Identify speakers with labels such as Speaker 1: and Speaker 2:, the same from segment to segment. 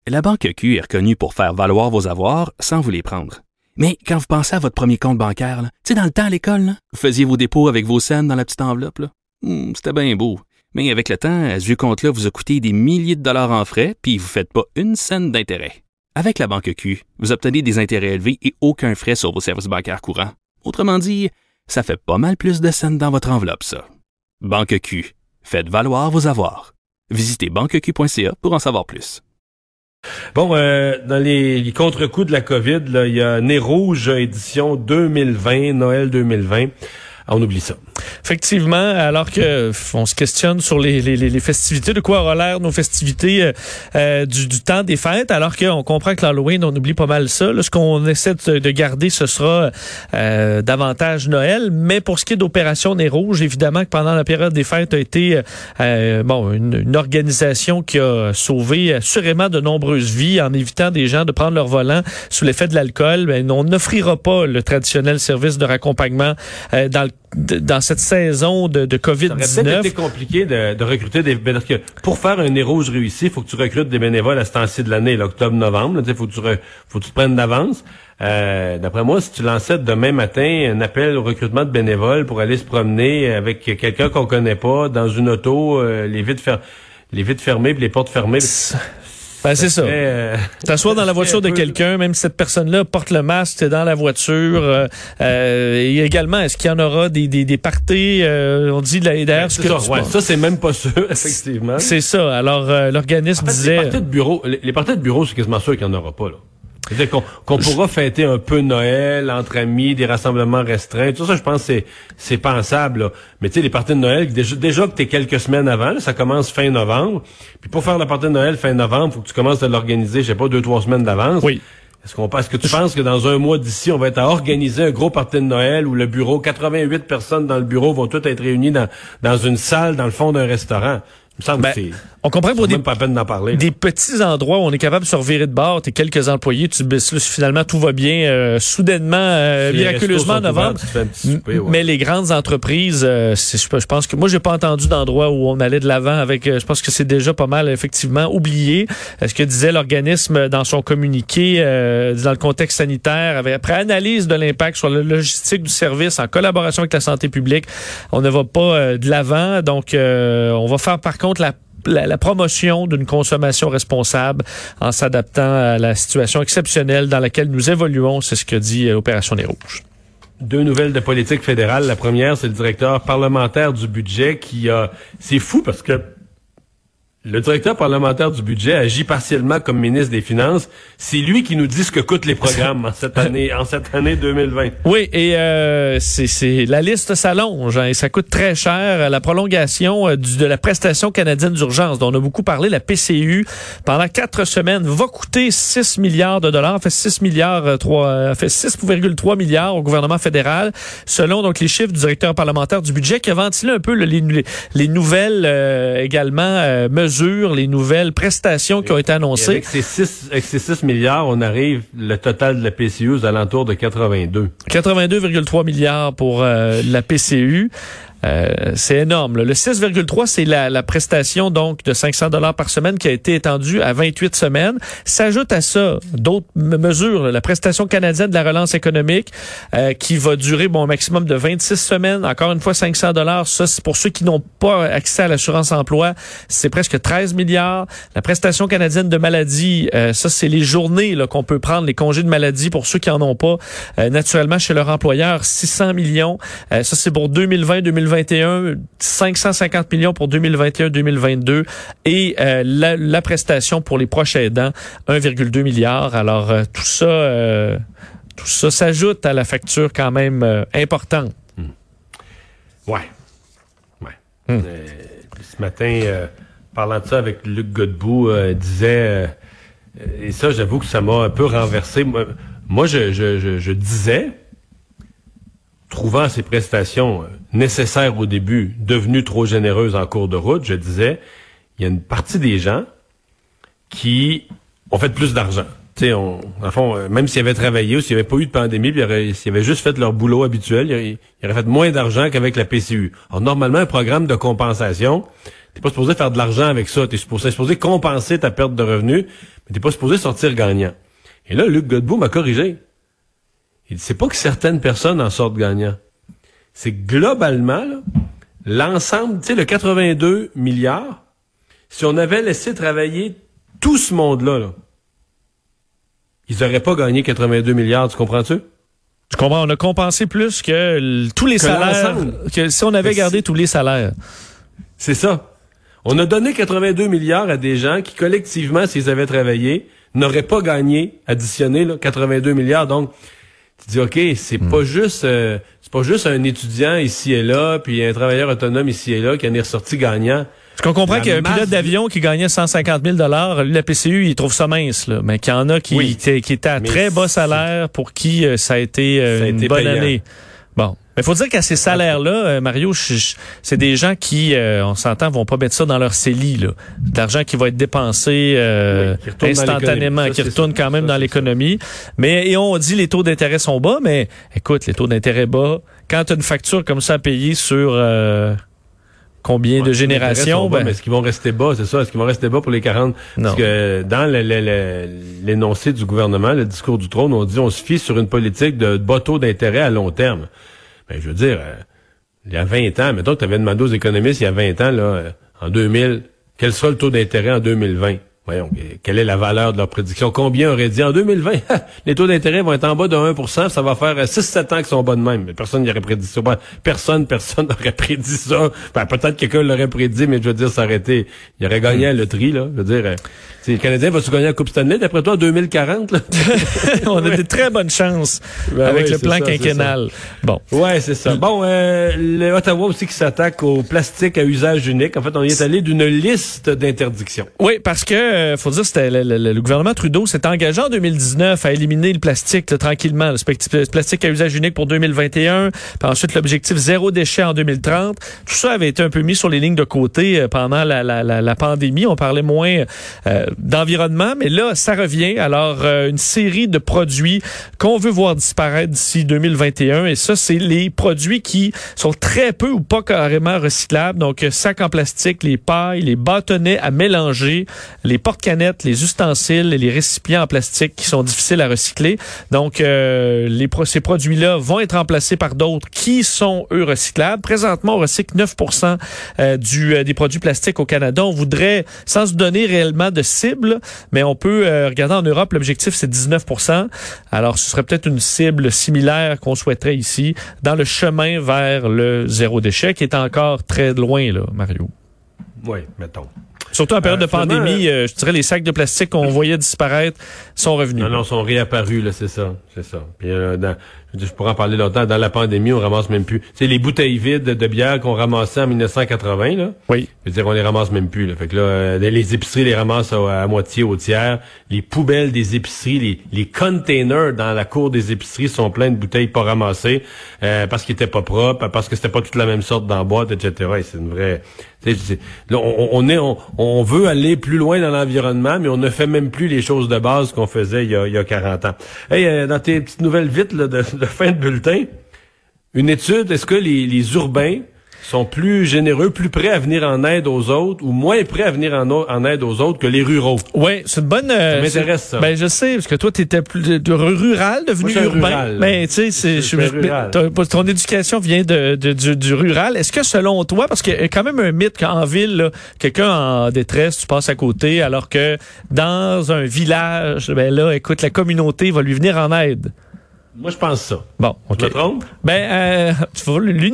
Speaker 1: La Banque Q est reconnue pour faire valoir vos avoirs sans vous les prendre. Mais quand vous pensez à votre premier compte bancaire, tu sais, dans le temps à l'école, là, vous faisiez vos dépôts avec vos scènes dans la petite enveloppe. Là. C'était bien beau. Mais avec le temps, ce vieux compte-là vous a coûté des milliers de dollars en frais, puis vous ne faites pas une scène d'intérêt. Avec la Banque Q, vous obtenez des intérêts élevés et aucun frais sur vos services bancaires courants. Autrement dit, ça fait pas mal plus de scènes dans votre enveloppe, ça. Banque Q. Faites valoir vos avoirs. Visitez banqueq.ca pour en savoir plus.
Speaker 2: Bon, dans les contre-coups de la COVID, là, il y a Nez Rouge édition 2020, Noël 2020. On oublie ça.
Speaker 3: Effectivement, alors que on se questionne sur les festivités, de quoi aura l'air nos festivités du temps des fêtes, alors qu'on comprend que l'Halloween, on oublie pas mal ça. Là, ce qu'on essaie de garder, ce sera davantage Noël. Mais pour ce qui est d'Opération Nez Rouge, évidemment que pendant la période des fêtes a été une organisation qui a sauvé assurément de nombreuses vies en évitant des gens de prendre leur volant sous l'effet de l'alcool. On n'offrira pas le traditionnel service de raccompagnement dans cette saison de COVID-19.
Speaker 2: Ça aurait peut-être été compliqué de recruter des... Parce que pour faire un Nez Rouge réussi, il faut que tu recrutes des bénévoles à ce temps-ci de l'année, l'octobre-novembre. Il faut que tu te prennes d'avance. D'après moi, si tu lançais demain matin un appel au recrutement de bénévoles pour aller se promener avec quelqu'un qu'on connaît pas dans une auto, les vitres fermées puis les portes fermées...
Speaker 3: Ben, c'est ça. T'assois dans la voiture de quelqu'un, même si cette personne-là porte le masque, t'es dans la voiture. Et également, est-ce qu'il y en aura des parties, on dit d'ailleurs...
Speaker 2: Ça, c'est même pas sûr, effectivement.
Speaker 3: C'est ça. Alors, l'organisme disait...
Speaker 2: Les parties de bureau, c'est quasiment sûr qu'il n'y en aura pas, là. C'est-à-dire qu'on pourra fêter un peu Noël entre amis, des rassemblements restreints. Tout ça, je pense, c'est pensable, là. Mais tu sais, les parties de Noël, déjà que t'es quelques semaines avant, là, ça commence fin novembre. Puis pour faire la partie de Noël fin novembre, faut que tu commences à l'organiser, je sais pas, 2-3 semaines d'avance.
Speaker 3: Oui.
Speaker 2: Est-ce que tu penses que dans un mois d'ici, on va être à organiser un gros party de Noël où le bureau, 88 personnes dans le bureau vont toutes être réunies dans une salle dans le fond d'un restaurant? Il me semble que
Speaker 3: on comprend pour
Speaker 2: même pas la peine d'en parler.
Speaker 3: Des petits endroits où on est capable de se revirer de bord, t'es quelques employés, finalement tout va bien, soudainement, miraculeusement en novembre. Mais les grandes entreprises, je pense que moi j'ai pas entendu d'endroit où on allait de l'avant avec. Je pense que c'est déjà pas mal effectivement oublié. Ce que disait l'organisme dans son communiqué dans le contexte sanitaire, après analyse de l'impact sur la logistique du service en collaboration avec la santé publique, on ne va pas de l'avant. Donc on va faire par contre la promotion d'une consommation responsable en s'adaptant à la situation exceptionnelle dans laquelle nous évoluons. C'est ce que dit Opération Nez Rouge.
Speaker 2: 2 nouvelles de politique fédérale. La première, c'est le directeur parlementaire du budget c'est fou parce que le directeur parlementaire du budget agit partiellement comme ministre des Finances. C'est lui qui nous dit ce que coûtent les programmes en cette année 2020.
Speaker 3: Oui, et c'est la liste s'allonge et ça coûte très cher. La prolongation de la prestation canadienne d'urgence, dont on a beaucoup parlé, la PCU, pendant 4 semaines, va coûter 6 milliards de dollars, fait 6,3 milliards au gouvernement fédéral, selon donc les chiffres du directeur parlementaire du budget qui a ventilé un peu les nouvelles également mesures, les nouvelles prestations qui ont été annoncées.
Speaker 2: Avec ces 6 milliards, on arrive, le total de la PCU aux alentours de 82.
Speaker 3: 82,3 milliards pour la PCU. C'est énorme. Là. Le 6,3, c'est la prestation donc de 500 $ par semaine qui a été étendue à 28 semaines. S'ajoute à ça d'autres mesures. La prestation canadienne de la relance économique qui va durer un maximum de 26 semaines. Encore une fois, 500 $. Ça, c'est pour ceux qui n'ont pas accès à l'assurance emploi. C'est presque 13 milliards. La prestation canadienne de maladie, ça, c'est les journées là, qu'on peut prendre, les congés de maladie pour ceux qui en ont pas naturellement chez leur employeur. 600 millions. Ça, c'est pour 2020-2021. 550 millions pour 2021-2022 et la prestation pour les proches aidants, 1,2 milliard. Alors, tout ça s'ajoute à la facture quand même importante.
Speaker 2: Ouais. Ce matin, parlant de ça avec Luc Godbout, disait, et ça, j'avoue que ça m'a un peu renversé. Moi, je disais, trouvant ces prestations nécessaires au début, devenues trop généreuses en cours de route, je disais, il y a une partie des gens qui ont fait plus d'argent. Tu sais, en fond, même s'ils avaient travaillé ou s'il n'y avait pas eu de pandémie, puis s'ils avaient juste fait leur boulot habituel, ils auraient fait moins d'argent qu'avec la PCU. Alors, normalement, un programme de compensation, t'es pas supposé faire de l'argent avec ça. T'es supposé compenser ta perte de revenus. mais t'es pas supposé sortir gagnant. Et là, Luc Godbout m'a corrigé. Il dit, c'est pas que certaines personnes en sortent gagnant. C'est globalement, là, l'ensemble, tu sais, le 82 milliards, si on avait laissé travailler tout ce monde-là, là, ils n'auraient pas gagné 82 milliards, tu comprends-tu?
Speaker 3: Je comprends, on a compensé plus que tous les salaires, que si on avait gardé tous les salaires.
Speaker 2: C'est ça. On a donné 82 milliards à des gens qui, collectivement, s'ils avaient travaillé, n'auraient pas gagné, additionné, là, 82 milliards. Donc, tu dis, OK, c'est pas juste un étudiant ici et là, puis un travailleur autonome ici et là qui en est ressorti gagnant.
Speaker 3: Parce qu'on comprend qu'un pilote d'avion qui gagnait 150 000 lui, la PCU, il trouve ça mince, là. Mais qu'il y en a qui étaient à très bas salaire pour qui ça a été une bonne année. Bon. Mais faut dire qu'à ces salaires-là, Mario, c'est des gens qui, on s'entend, vont pas mettre ça dans leur CELI, là. De l'argent qui va être dépensé instantanément, qui retourne quand même dans l'économie. Mais on dit les taux d'intérêt sont bas, mais écoute, les taux d'intérêt bas, quand tu as une facture comme ça à payer sur combien de générations?
Speaker 2: Mais est-ce qu'ils vont rester bas, c'est ça? Est-ce qu'ils vont rester bas pour les 40?
Speaker 3: Non.
Speaker 2: Parce que dans l'énoncé du gouvernement, le discours du trône, on dit on se fie sur une politique de bas taux d'intérêt à long terme. Ben, je veux dire, il y a 20 ans, mettons que tu avais demandé aux économistes il y a 20 ans, là, en 2000, quel sera le taux d'intérêt en 2020? Voyons, quelle est la valeur de leur prédiction? Combien aurait dit en 2020? Les taux d'intérêt vont être en bas de 1%, ça va faire 6-7 ans qu'ils sont bas de même. Mais personne n'y aurait prédit ça. Personne n'aurait prédit ça. Ben, peut-être quelqu'un l'aurait prédit, mais je veux dire, ça aurait été... Il aurait gagné à la loterie, là. Je veux dire, le Canadien va se gagner la Coupe Stanley, d'après toi, en 2040, là?
Speaker 3: On a de très bonnes chances avec le plan quinquennal. Bon.
Speaker 2: Ouais, c'est ça. Bon, le Ottawa aussi qui s'attaque au plastique à usage unique. En fait, on y est allé d'une liste d'interdictions.
Speaker 3: Oui, parce que faut dire, c'était le gouvernement Trudeau s'est engagé en 2019 à éliminer le plastique là, tranquillement, le plastique à usage unique pour 2021, puis ensuite l'objectif zéro déchet en 2030. Tout ça avait été un peu mis sur les lignes de côté pendant la pandémie. On parlait moins d'environnement, mais là, ça revient. Alors, une série de produits qu'on veut voir disparaître d'ici 2021, et ça, c'est les produits qui sont très peu ou pas carrément recyclables. Donc, sacs en plastique, les pailles, les bâtonnets à mélanger, les porte-canettes, les ustensiles et les récipients en plastique qui sont difficiles à recycler. Donc, ces produits-là vont être remplacés par d'autres qui sont, eux, recyclables. Présentement, on recycle 9% des produits plastiques au Canada. On voudrait, sans se donner réellement de cible, mais on peut regarder en Europe, l'objectif, c'est 19%. Alors, ce serait peut-être une cible similaire qu'on souhaiterait ici, dans le chemin vers le zéro déchet, qui est encore très loin, là, Mario.
Speaker 2: Oui, mettons.
Speaker 3: Surtout en période de pandémie, je dirais les sacs de plastique qu'on voyait disparaître sont revenus.
Speaker 2: Non, sont réapparus, là, c'est ça. Puis je pourrais en parler longtemps. Dans la pandémie, on ramasse même plus. Tu sais, les bouteilles vides de bière qu'on ramassait en 1980, là.
Speaker 3: Oui.
Speaker 2: Je veux dire, on les ramasse même plus, là. Fait que là, les épiceries les ramassent à moitié, au tiers. Les poubelles des épiceries, les containers dans la cour des épiceries sont pleins de bouteilles pas ramassées, parce qu'ils étaient pas propres, parce que c'était pas toute la même sorte dans la boîte, etc. Et c'est une vraie, là, on veut aller plus loin dans l'environnement, mais on ne fait même plus les choses de base qu'on faisait il y a 40 ans. Hey, dans tes petites nouvelles vite là, de fin de bulletin, une étude, est-ce que les urbains sont plus généreux, plus prêts à venir en aide aux autres ou moins prêts à venir en aide aux autres que les ruraux?
Speaker 3: Oui, c'est une bonne...
Speaker 2: ça m'intéresse, ça.
Speaker 3: Ben, je sais, parce que toi, t'étais plus rural, devenu urbain.
Speaker 2: Rural,
Speaker 3: mais tu sais, ton éducation vient du rural. Est-ce que selon toi, parce qu'il y a quand même un mythe qu'en ville, là, quelqu'un en détresse, tu passes à côté, alors que dans un village, ben là, écoute, la communauté va lui venir en aide.
Speaker 2: Moi, je pense ça.
Speaker 3: Bon, OK.
Speaker 2: Je me trompe?
Speaker 3: Ben, tu vois, le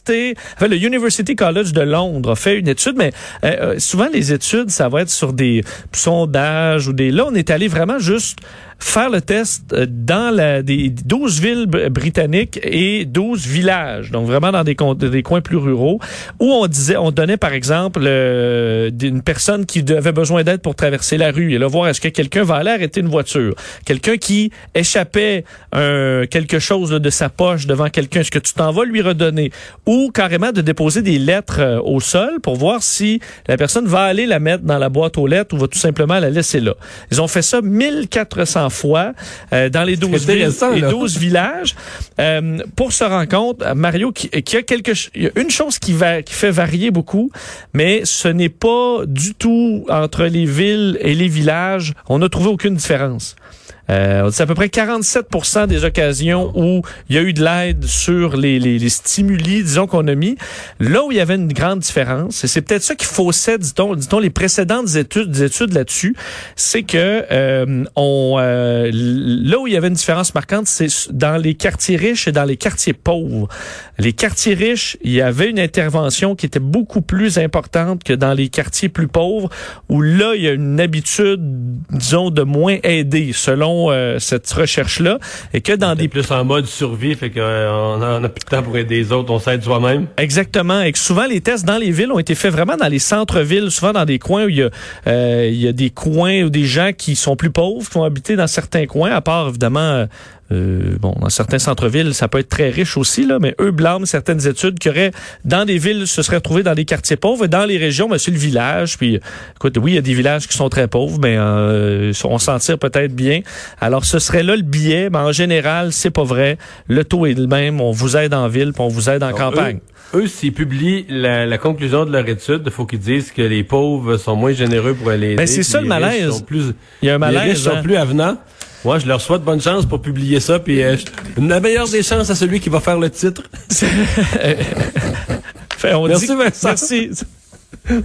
Speaker 3: University College de Londres a fait une étude, mais souvent les études, ça va être sur des sondages ou des... Là, on est allé vraiment juste faire le test dans des 12 villes britanniques et 12 villages, donc vraiment dans des coins plus ruraux, où on donnait par exemple une personne qui avait besoin d'aide pour traverser la rue, et là voir est-ce que quelqu'un va aller arrêter une voiture, quelqu'un qui échappait quelque chose là, de sa poche devant quelqu'un, est-ce que tu t'en vas lui redonner, ou carrément de déposer des lettres au sol pour voir si la personne va aller la mettre dans la boîte aux lettres ou va tout simplement la laisser là. Ils ont fait ça 1400 fois dans les 12 villes et 12 villages. Pour se rendre compte, Mario, qu'il y a une chose qui fait varier beaucoup, mais ce n'est pas du tout entre les villes et les villages. On n'a trouvé aucune différence. C'est à peu près 47% des occasions où il y a eu de l'aide sur les stimuli, disons, qu'on a mis. Là où il y avait une grande différence, et c'est peut-être ça qui faussait, dit-on, les précédentes études là-dessus, c'est que là où il y avait une différence marquante, c'est dans les quartiers riches et dans les quartiers pauvres. Les quartiers riches, il y avait une intervention qui était beaucoup plus importante que dans les quartiers plus pauvres, où là, il y a une habitude, disons, de moins aider, selon cette recherche-là, et que dans des...
Speaker 2: plus en mode survie, fait qu'on a plus de temps pour aider les autres, on s'aide soi-même.
Speaker 3: Exactement, et que souvent les tests dans les villes ont été faits vraiment dans les centres-villes, souvent dans des coins où il y a des coins où des gens qui sont plus pauvres, qui vont habiter dans certains coins, à part évidemment... dans certains centres-villes, ça peut être très riche aussi, là, mais eux blâment certaines études qui auraient, dans des villes, se seraient retrouvées dans des quartiers pauvres, et dans les régions, c'est le village, puis, écoute, oui, il y a des villages qui sont très pauvres, mais on s'en tire peut-être bien. Alors, ce serait là le biais, mais en général, c'est pas vrai. Le taux est le même, on vous aide en ville, puis on vous aide en campagne.
Speaker 2: Eux, s'ils publient la conclusion de leur étude, il faut qu'ils disent que les pauvres sont moins généreux pour aller aider.
Speaker 3: Ben, c'est ça le malaise.
Speaker 2: Il y a un malaise. Les riches sont plus avenants. Moi, je leur souhaite bonne chance pour publier ça, puis la meilleure des chances à celui qui va faire le titre.
Speaker 3: On
Speaker 2: Merci,
Speaker 3: dit,
Speaker 2: Vincent.
Speaker 3: Merci.